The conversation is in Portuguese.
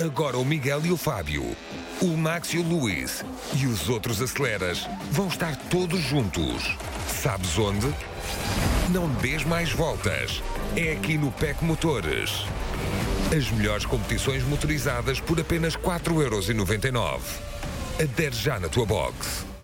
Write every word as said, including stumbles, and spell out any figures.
Agora o Miguel e o Fábio, o Max e o Luís e os outros aceleras vão estar todos juntos. Sabes onde? Não dês mais voltas. É aqui no P E C Motores. As melhores competições motorizadas por apenas quatro euros e noventa e nove. Adere já na tua box.